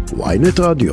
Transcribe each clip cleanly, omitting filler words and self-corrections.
ynet רדיו.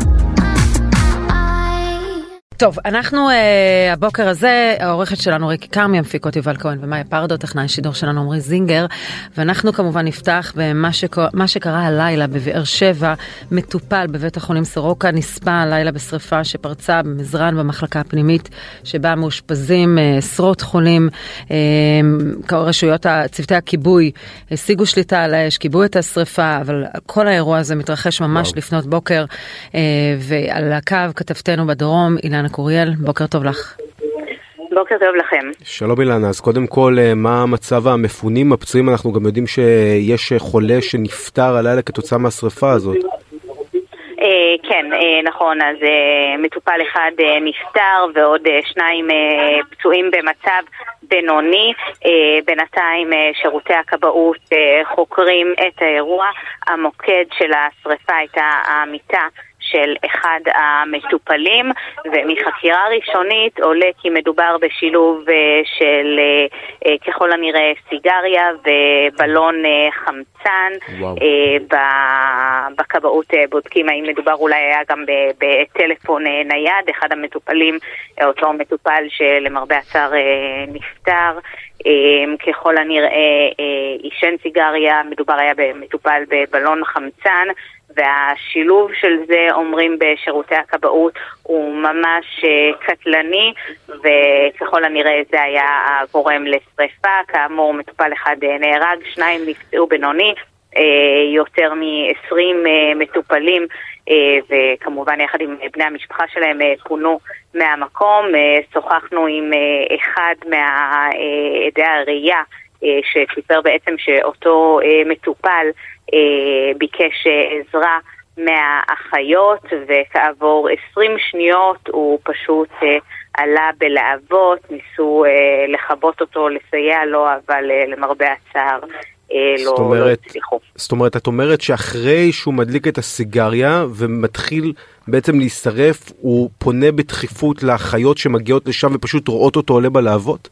טוב, אנחנו הבוקר הזה, העורכת שלנו ריקי קרמי, המפיקות יובל כהן ומאיה פרדו, טכנאי שידור שלנו עמרי זינגר, ואנחנו כמובן נפתח במה שקרה הלילה בבאר שבע. מטופל בבית החולים סורוקה נספה הלילה בשריפה שפרצה במזרן במחלקה הפנימית שבה מאושפזים עשרות חולים. רשויות צוותי הכיבוי השיגו שליטה על האש, כיבו את השריפה, אבל כל האירוע הזה מתרחש ממש לפנות בוקר, ועל הקו כתבתנו בדרום אילנה קוריאל. בוקר טוב לך. בוקר טוב לכם. שלום אילנה, אז קודם כל, מה מצב המפונים, הפצועים? אנחנו גם יודעים שיש חולה שנפטר הלילה כתוצאה מהשריפה הזאת. כן, נכון, אז מטופל אחד נפטר ועוד שניים פצועים במצב בינוני. בינתיים שירותי הכבאות חוקרים את האירוע. המוקד של השריפה הייתה המיטה של אחד המטופלים, ומחקירה ראשונית עולה כי מדובר בשילוב של ככל הנראה סיגריה ובלון חמצן. בכבאות בודקים האם מדובר אולי היה גם בטלפון נייד. אחד המטופלים, אותו מטופל שלמרבה הצער נפטר, ככל הנראה עישן סיגריה. מדובר היה במטופל בבלון חמצן, והשילוב של זה, אומרים בשירותי הכבאות, הוא ממש קטלני, וככל הנראה זה היה הגורם לשריפה. כאמור, מטופל אחד נהרג, שניים נפצעו בינוני, יותר מ-20 מטופלים, וכמובן יחד עם בני המשפחה שלהם פונו מהמקום. שוחחנו עם אחד מהעדי הראייה שסיפר בעצם שאותו מטופל ביקש עזרה מהאחיות, וכעבור 20 שניות הוא פשוט עלה בלהבות. ניסו לחבות אותו, לסייע לו, אבל למרבה הצער לא הצליחו. זאת אומרת, את אומרת שאחרי שהוא מדליק את הסיגריה ומתחיל בעצם להישרף, הוא פונה בדחיפות לאחיות שמגיעות לשם ופשוט רואות אותו עולה בלהבות?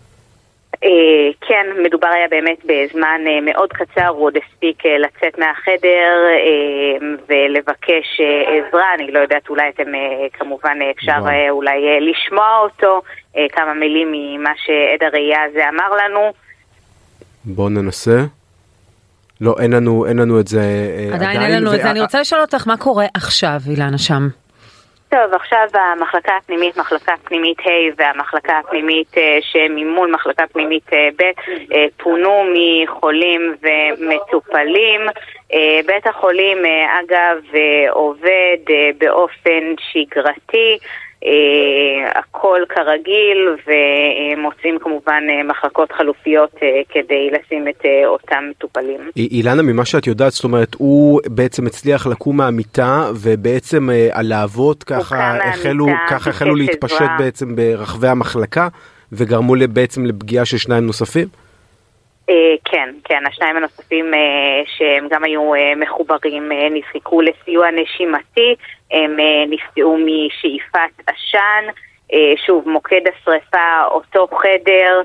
כן, מדובר היה באמת בזמן מאוד קצר. הוא עוד הספיק לצאת מהחדר ולבקש עזרה. אני לא יודעת, אולי אתם כמובן אפשר אולי לשמוע אותו, כמה מילים ממה שעד הראייה הזה אמר לנו. בואו ננסה. לא, אין לנו את זה עדיין אין לנו את זה. אני רוצה לשאול אותך, מה קורה עכשיו, אילנה, שם? טוב, עכשיו המחלקה הפנימית, מחלקה פנימית ה' והמחלקה הפנימית שממול מחלקה פנימית ב' פונו מחולים ומטופלים. בית החולים אגב עובד באופן שגרתי, הכל כרגיל, ומוצאים כמובן מחלקות חלופיות כדי לשים את אותם מטופלים. אילנה, ממה שאת יודעת, זאת אומרת, הוא בעצם הצליח לקום מהמיטה, ובעצם הלהבות ככה החלו להתפשט בעצם ברחבי המחלקה, וגרמו בעצם לפגיעה של שניים נוספים? כן, השניים הנוספים שהם גם היו מחוברים נזקקו לסיוע נשימתי, הם נפגעו משאיפת עשן. שוב, מוקד השריפה, אותו חדר,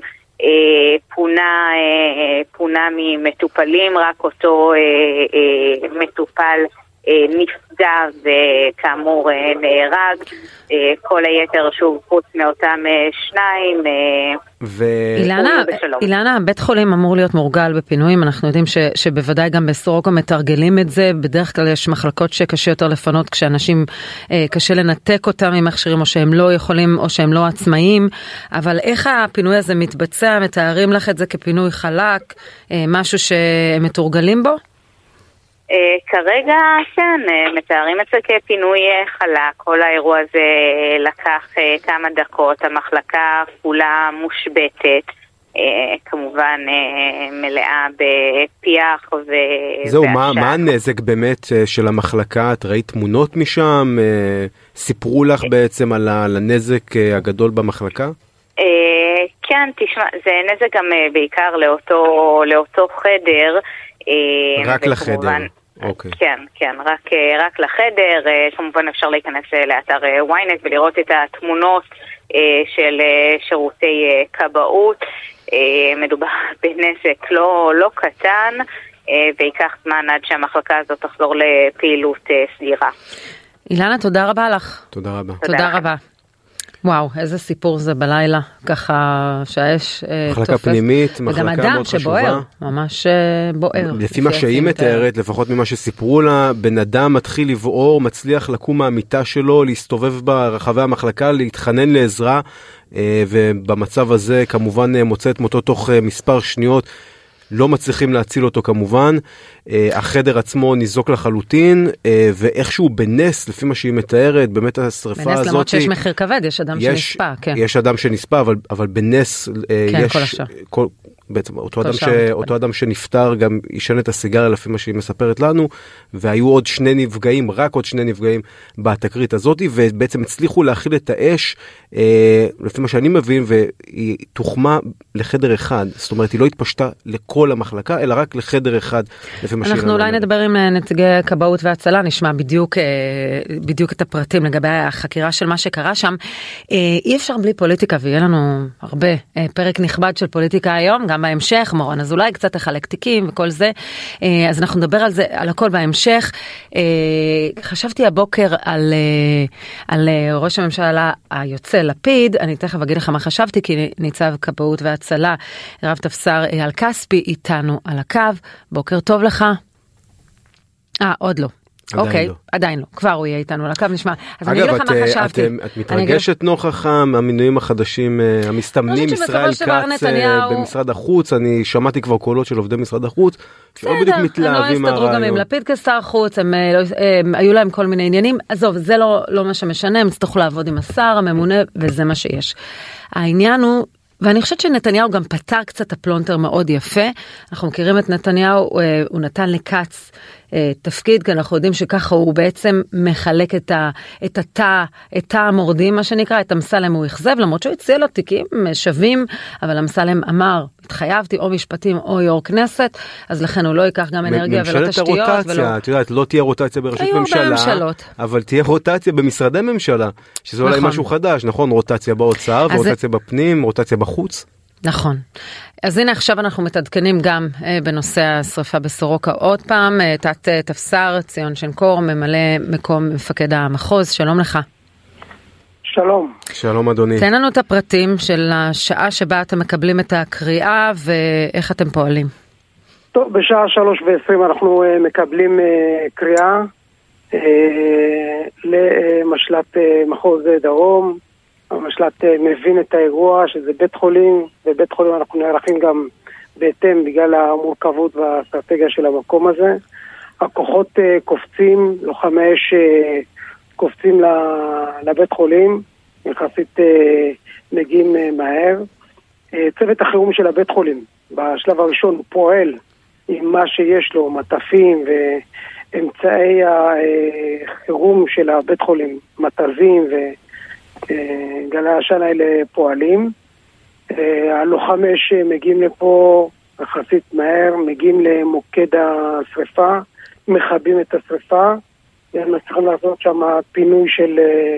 פונה ממטופלים, רק אותו מטופל נפגע וכאמור נהרג. כל היתר שוב חוץ מאותם שניים. אילנה, בית חולים אמור להיות מורגל בפינויים. אנחנו יודעים שבוודאי גם בסורוקה מתרגלים את זה. בדרך כלל יש מחלקות שקשה יותר לפנות כשאנשים קשה לנתק אותם ממכשירים, או שהם לא יכולים או שהם לא עצמאיים. אבל איך הפינוי הזה מתבצע? מתארים לך את זה כפינוי חלק, משהו שהם מתורגלים בו? כרגע כן, מתארים את זה כפינוי חלק. כל האירוע הזה לקח כמה דקות, המחלקה כולה מושבתת, כמובן מלאה בפיח זהו, מה הנזק באמת של המחלקה? את ראית תמונות משם? סיפרו לך בעצם על הנזק הגדול במחלקה? כן, תשמע, זה נזק גם בעיקר לאותו חדר. רק לחדר. Okay. כן, רק לחדר. כמובן אפשר להיכנס לאתר ynet ולראות את התמונות של שירותי כבאות. מדובר בנזק לא קטן. ויקח זמן עד שהמחלקה הזאת תחזור לפעילות סדירה. אילנה, תודה רבה לך. תודה רבה. תודה רבה. וואו, איזה סיפור זה בלילה, ככה שהאש תופס. מחלקה פנימית, מחלקה מאוד חשובה. וגם אדם שבוער, ממש בוער. לפי מה שהיא מתארת, לפחות ממה שסיפרו לה, בן אדם מתחיל לבעור, מצליח לקום מהמיטה שלו, להסתובב ברחבי המחלקה, להתחנן לעזרה, ובמצב הזה כמובן מוצא את מותו תוך מספר שניות, לא מצליחים להציל אותו כמובן, החדר עצמו ניזוק לחלוטין, ואיכשהו בנס, לפי מה שהיא מתארת, באמת השריפה הזאת... בנס למרות שיש מחיר כבד, יש אדם שנספה, כן. יש אדם שנספה, אבל בנס כן, יש... כל השאר. בעצם אותו אדם שנפטר גם ישן את הסיגריה לפי מה שהיא מספרת לנו, והיו עוד רק עוד שני נפגעים בתקרית הזאת, ובעצם הצליחו להכיל את האש, לפי מה שאני מבין, והיא תוחמה לחדר אחד, זאת אומרת היא לא התפשטה לכל המחלקה, אלא רק לחדר אחד, לפי מה שהיא אנחנו אולי נדבר עם נציגי כבאות והצלה, נשמע בדיוק את הפרטים לגבי החקירה של מה שקרה שם. אי אפשר בלי פוליטיקה, ויהיה לנו הרבה פרק נכבד של פוליטיקה היום, גם בהמשך, מורן, אז אולי קצת לחלק תיקים וכל זה, אז אנחנו נדבר על זה, על הכל בהמשך. חשבתי הבוקר על ראש הממשלה היוצא לפיד, אני תכף אגיד לך מה חשבתי, כי ניצב כבאות והצלה, רב תפסר אייל כספי איתנו על הקו, בוקר טוב לך. עוד לא. אוקיי, עדיין לא, כבר הוא יהיה איתנו על הקו, נשמע. אז אני אגיד לך מה חשבתי. את מתרגשת נוכח המינויים החדשים המסתמנים, ישראל כץ במשרד החוץ, אני שמעתי כבר קולות של עובדי משרד החוץ, שלא בדיוק מתלהבים מהרעיון. הם לא הסתדרו גם עם לפיד כשר חוץ, היו להם כל מיני עניינים, עזוב, זה לא מה שמשנה, הם יצטרכו לעבוד עם השר, הממונה, וזה מה שיש. העניין הוא, ואני חושבת שנתניהו גם פתר קצת הפלונטר מאוד יפה, אנחנו מכירים את נתניהו, הוא נתן לקץ תפקיד, כי אנחנו יודעים שככה הוא בעצם מחלק את התא המורדים, מה שנקרא, את אמסלם הוא יחזב, למרות שהוא הציע לו תיקים שווים, אבל אמסלם אמר, התחייבתי או משפטים או יו"ר כנסת, אז לכן הוא לא ייקח גם אנרגיה ולא תשתיות. ממשלת הרוטציה, את יודעת, לא תהיה רוטציה בראשות ממשלה, אבל תהיה רוטציה במשרדי ממשלה, שזה אולי משהו חדש, נכון? רוטציה באוצר, רוטציה בפנים, רוטציה בחוץ. נכון. אז הנה עכשיו אנחנו מתעדכנים גם בנושא השריפה בסורוקה עוד פעם, תת תפסר ציון שנקור, ממלא מקום מפקד המחוז, שלום לך. שלום. שלום אדוני. תן לנו את הפרטים של השעה שבה אתם מקבלים את הקריאה ואיך אתם פועלים. טוב, בשעה 3:20 אנחנו מקבלים קריאה למשלט מחוז דרום. המשלט מבין את האירוע שזה בית חולים, ובית חולים אנחנו נערכים גם בהתאם בגלל המורכבות והאסטרטגיה של המקום הזה. הכוחות קופצים, לוחמי אש קופצים לבית חולים, יחסית מגיעים מהר. צוות החירום של הבית חולים בשלב הראשון פועל עם מה שיש לו, מטפים ואמצעי החירום של הבית חולים, מטזים גלי העשן האלה פועלים. הלוחמי אש מגיעים לפה יחסית מהר, מגיעים למוקד השריפה, מכבים את השריפה, הם צריכים לעשות שם פינוי של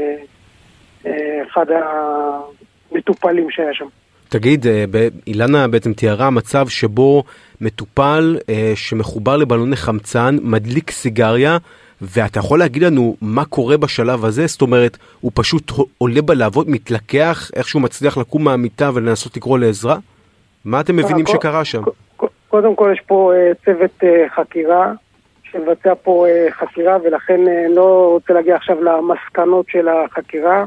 אחד המטופלים שהיה שם. תגיד, אילנה בעצם תיארה מצב שבו מטופל שמחובר לבלוני חמצן, מדליק סיגריה, ואתה יכול להגיד לנו מה קורה בשלב הזה? זאת אומרת, הוא פשוט עולה בלעבוד, מתלקח, איכשהו מצליח לקום מהמיטה ולנסות לקרוא לעזרה? מה אתם מבינים שקרה שם? קודם כל יש פה צוות חקירה, שמבצע פה חקירה, ולכן לא רוצה להגיע עכשיו למסקנות של החקירה,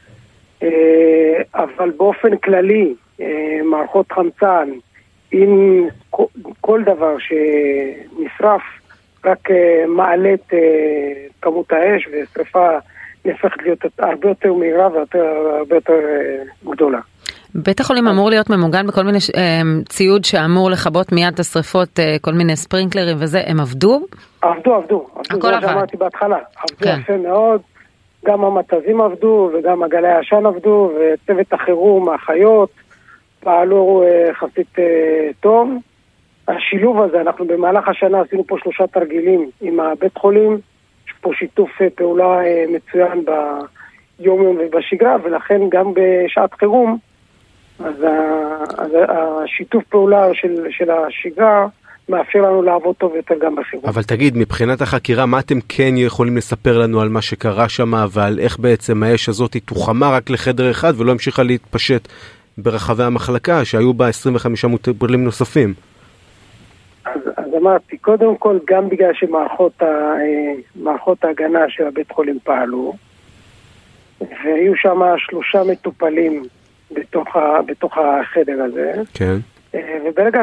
אבל באופן כללי, מערכות חמצן, עם כל דבר שנשרף, רק מעלה את כמות האש, ושריפה נהפכת להיות הרבה יותר מהירה והרבה יותר גדולה. בית החולים אמור להיות ממוגן בכל מיני ציוד שאמור לכבות מיד את השריפות, כל מיני ספרינקלרים וזה, הם עבדו? עבדו. הכל עבד. אמרתי בהתחלה, עבדו יפה מאוד, גם המטזים עבדו וגם הגלי העשן עבדו, וצוות החירום, האחיות, פעלו יחסית טוב. השילוב הזה, אנחנו במהלך השנה עשינו פה 3 תרגילים עם הבית חולים, יש פה שיתוף פעולה מצוין ביום יום ובשגרה, ולכן גם בשעת חירום, אז השיתוף פעולה של השגרה מאפשר לנו לעבוד טוב יותר גם בחירום. אבל תגיד, מבחינת החקירה, מה אתם כן יכולים לספר לנו על מה שקרה שם, ועל איך בעצם האש הזאת תוחמה רק לחדר אחד, ולא המשיכה להתפשט ברחבי המחלקה, שהיו בה 25 מטופלים נוספים? אז אמרתי, קודם כל, גם בגלל שמערכות ההגנה של הבית חולים פעלו, והיו שם 3 מטופלים בתוך החדר הזה. כן. וברגע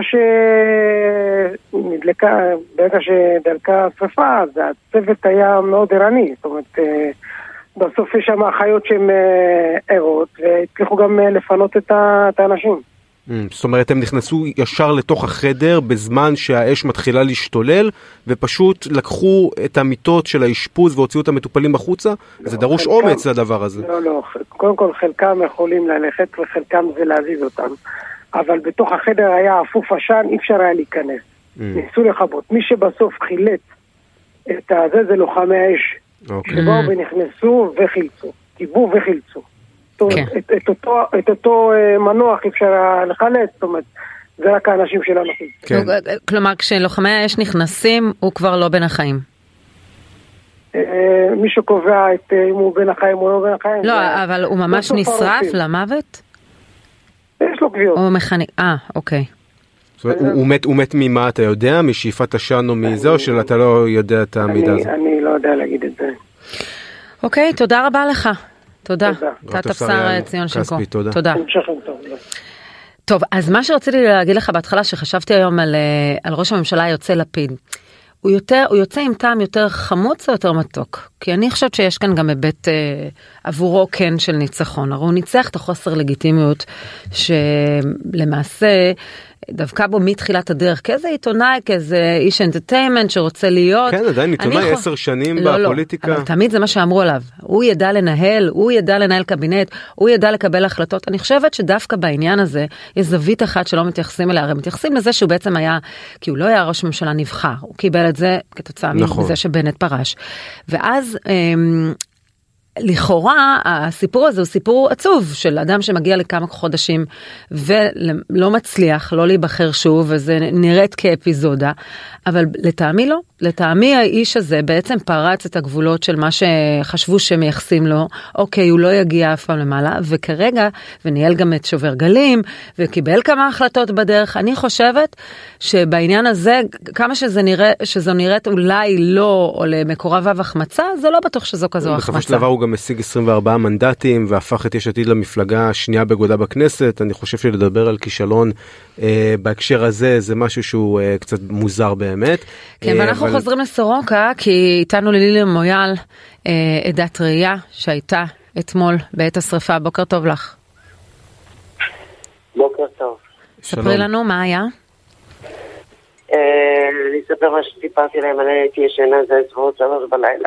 שדלקה השרפה, אז הצוות היה מאוד ערני. זאת אומרת, בסוף יש שם אחיות שהן ערות, והצליחו גם לפנות את האנשים. זאת אומרת, הם נכנסו ישר לתוך החדר בזמן שהאש מתחילה להשתולל, ופשוט לקחו את המיטות של האשפוז והוציאו את המטופלים בחוצה? זה דרוש אומץ לדבר הזה. לא. קודם כל, חלקם יכולים ללכת, וחלקם זה להזיז אותם. אבל בתוך החדר היה אפוף עשן, אי אפשר היה להיכנס. ניסו לחבות. מי שבסוף חילץ את הזה, זה לוחמי האש. שבאו ונכנסו וחילצו. קיבו וחילצו. את אותו מנוח אפשר לחלץ, זאת אומרת, זה רק האנשים שלנו. כלומר, כשלוחמי האש נכנסים, הוא כבר לא בין החיים. מי שקובע אם הוא בין החיים או לא בין החיים. לא, אבל הוא ממש נשרף למוות? יש לו גוויות. הוא מכני, אוקיי. הוא מת ממה, אתה יודע? משאיפת עשן או מזה, או שאתה לא יודע את המידע הזה? אני לא יודע להגיד את זה. אוקיי, תודה רבה לך. תודה. תת-אפסר ציון שנקו. תודה. טוב, אז מה שרציתי להגיד לך בהתחלה, שחשבתי היום על ראש הממשלה יוצא לפיד. הוא יוצא עם טעם יותר חמוץ או יותר מתוק? כי אני חושבת שיש כאן גם היבט עבורו כן של ניצחון. הרי הוא ניצח את החוסר לגיטימיות שלמעשה דווקא בו מתחילת הדרך, כאיזה עיתונאי, כאיזה איש אנטרטיימנט שרוצה להיות. כן, עדיין עיתונאי 10 שנים בפוליטיקה. אבל תמיד זה מה שאמרו עליו. הוא ידע לנהל קבינט, הוא ידע לקבל החלטות. אני חושבת שדווקא בעניין הזה, יש זווית אחת שלא מתייחסים אליה. הרי מתייחסים לזה שהוא בעצם היה, כי הוא לא היה ראש ממשלה נבחר. הוא קיבל את זה כתוצאה מזה שבנט פרש. ואז לכאורה הסיפור הזה הוא סיפור עצוב של אדם שמגיע לכמה חודשים ולא מצליח לא להיבחר שוב, וזה נראית כאפיזודה, אבל לטעמי לא. לטעמי האיש הזה בעצם פרץ את הגבולות של מה שחשבו שמייחסים לו. אוקיי, הוא לא יגיע אף פעם למעלה, וכרגע, וניהל גם את שובר גלים, וקיבל כמה החלטות בדרך. אני חושבת שבעניין הזה, כמה שזו נראית אולי לא, או למקורביו החמצה, זה לא בטוח שזו כזו החמצה. בסופו של דבר הוא גם השיג 24 מנדטים, והפך את יש עתיד למפלגה השנייה בגודלה בכנסת. אני חושב שלדבר על כישלון בהקשר הזה, זה משהו שהוא קצת מוזר באמת. כן, ואנחנו חוזרים לסורוקה, כי איתנו לילי מויאל, עדת ראייה, שהייתה אתמול בעת השריפה. בוקר טוב לך. בוקר טוב. ספרי לנו מה היה. אני אספר מה שסיפרתי להם, אני הייתי ישנה, זה סביבות 3 בלילה.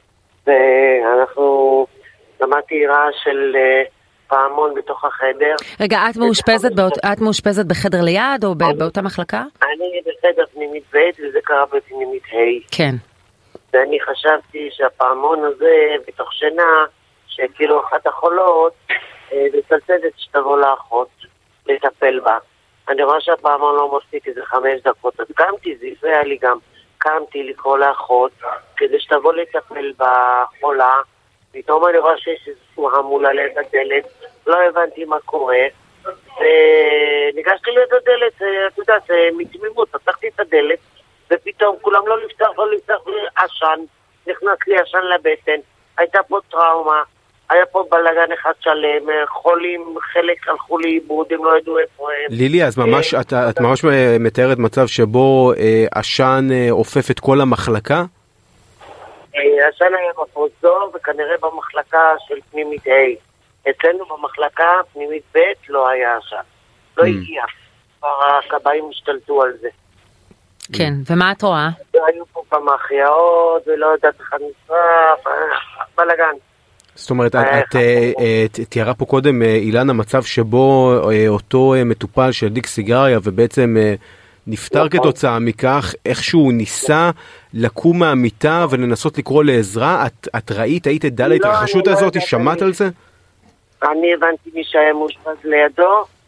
ואנחנו למדתי רעש של פעמון בתוך החדר. רגע, את מאושפזת בחדר ליד או באותה מחלקה? אני בחדר פנימית ב' וזה קרה בפנימית ה'. כן. ואני חשבתי שהפעמון הזה בתוך שינה, שכאילו אחת החולות, וצלצלת שתבוא לאחות לטפל בה. אני רואה שהפעמון לא מפסיק איזה 5 דקות, אז קמתי, זה הפריע לי גם. קמתי לקרוא לאחות כדי שתבוא לטפל בחולה. פתאום אני רואה שיש איזשהו המול עליהם בדלת, לא הבנתי מה קורה, וניגשתי ליד הדלת, אתה יודע, מתמימות, פתחתי את הדלת, ופתאום כולם לא לפתח עשן, נכנס לי עשן לבטן, הייתה פה טראומה, היה פה בלגן אחד שלם, חולים, חלק הלכו לאיבוד, הם לא ידעו איפה הם. לילי, אז ממש, את ממש מתארת מצב שבו עשן עופף את כל המחלקה? עשן היה בפרוזדור, וכנראה במחלקה של פנימית ה'. אצלנו במחלקה פנימית ב' לא היה עשן. לא הגיע. הכבאים השתלטו על זה. כן, ומה את רואה? היו פה כמה החייאות, ולא יודעת איך נשרף, בלגן. זאת אומרת, את תיארה פה קודם, אילנה, מצב שבו אותו מטופל שהדליק סיגריה ובעצם נפטר כתוצאה מכך, איכשהו ניסה לקום מהמיטה ולנסות לקרוא לעזרה. את ראית, היית עדה להתרחשות הזאת, שמעת על זה? אני הבנתי מי שהיה מאושפז לידו,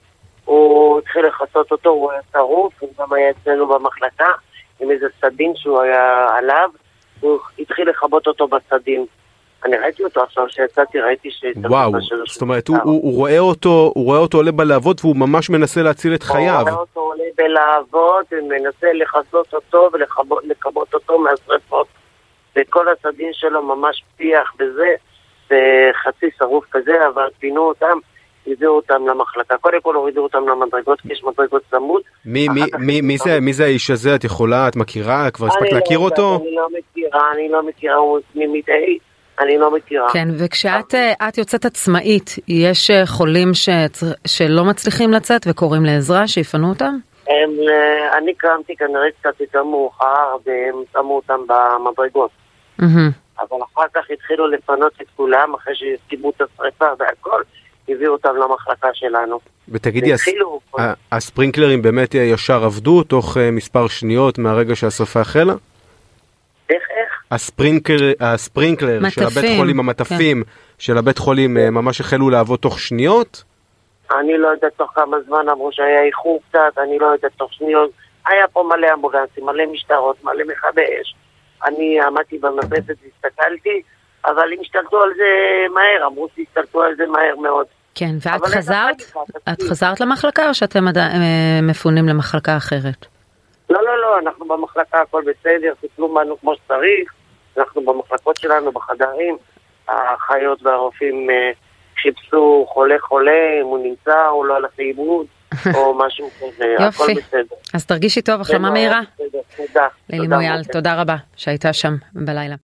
הוא התחיל לחסות אותו, הוא היה שרוף, הוא גם היה אצלנו במחלקה, עם איזה סדין שהוא היה עליו, הוא התחיל לחבות אותו בסדין. אני ראיתי אותו עכשיו, שיצאתי, ראיתי וואו, זאת אומרת, הוא רואה אותו עולה בלהבות, והוא ממש מנסה להציל את חייו. הוא רואה אותו עולה בלהבות, ומנסה לחסות אותו ולכבות אותו מהשרפות. וכל הסדין שלו ממש פיח בזה, וחצי שרוף כזה, אבל פינו אותם, הביאו אותם למחלקה. קודם כל הורידו אותם למדרגות, כי יש מדרגות צמוד. מי זה האיש הזה? את יכולה, את מכירה? כבר הספקת להכיר אותו? אני לא מכירה, הוא מתמידי. אני לא מכירה. כן, וכשאת יוצאת עצמאית, יש חולים שלא מצליחים לצאת וקוראים לעזרה, שיפנו אותם? אני קמתי כנראה קצת יותר מאוחר, והם שמו אותם במדרגות. אבל אחר כך התחילו לפנות את כולם, אחרי שקיבלו את השריפה והכל, הביאו אותם למחלקה שלנו. ותגידי, הספרינקלרים באמת ישר עבדו תוך מספר שניות מהרגע שהשריפה החלה? איך? הספרינקלר של הבית חולים, המטפים של הבית חולים ממש החלו לעבוד תוך שניות? אני לא יודעת תוך כמה זמן, אמרו שהיה איחור קצת, אני לא יודעת תוך שניות. היה פה מלא אמבולנסים, מלא משטרות, מלא מכבי אש. אני עמדתי במרפסת והסתכלתי, אבל הם השתלטו על זה מהר, אמרו שהסתלטו על זה מהר מאוד. כן, ואת חזרת למחלקה או שאתם מפונים למחלקה אחרת? לא, אנחנו במחלקה, הכל בסדר, טיפלו בנו כמו שצריך, אנחנו במחלקות שלנו, בחדרים, האחיות והרופאים חיפשו חולה, אם הוא נמצא, או לא הלך לאיבוד, או משהו כזה, הכל בסדר. אז תרגישי טוב, החלמה מהירה. תודה. לילי מויאל, תודה רבה שהייתה שם בלילה.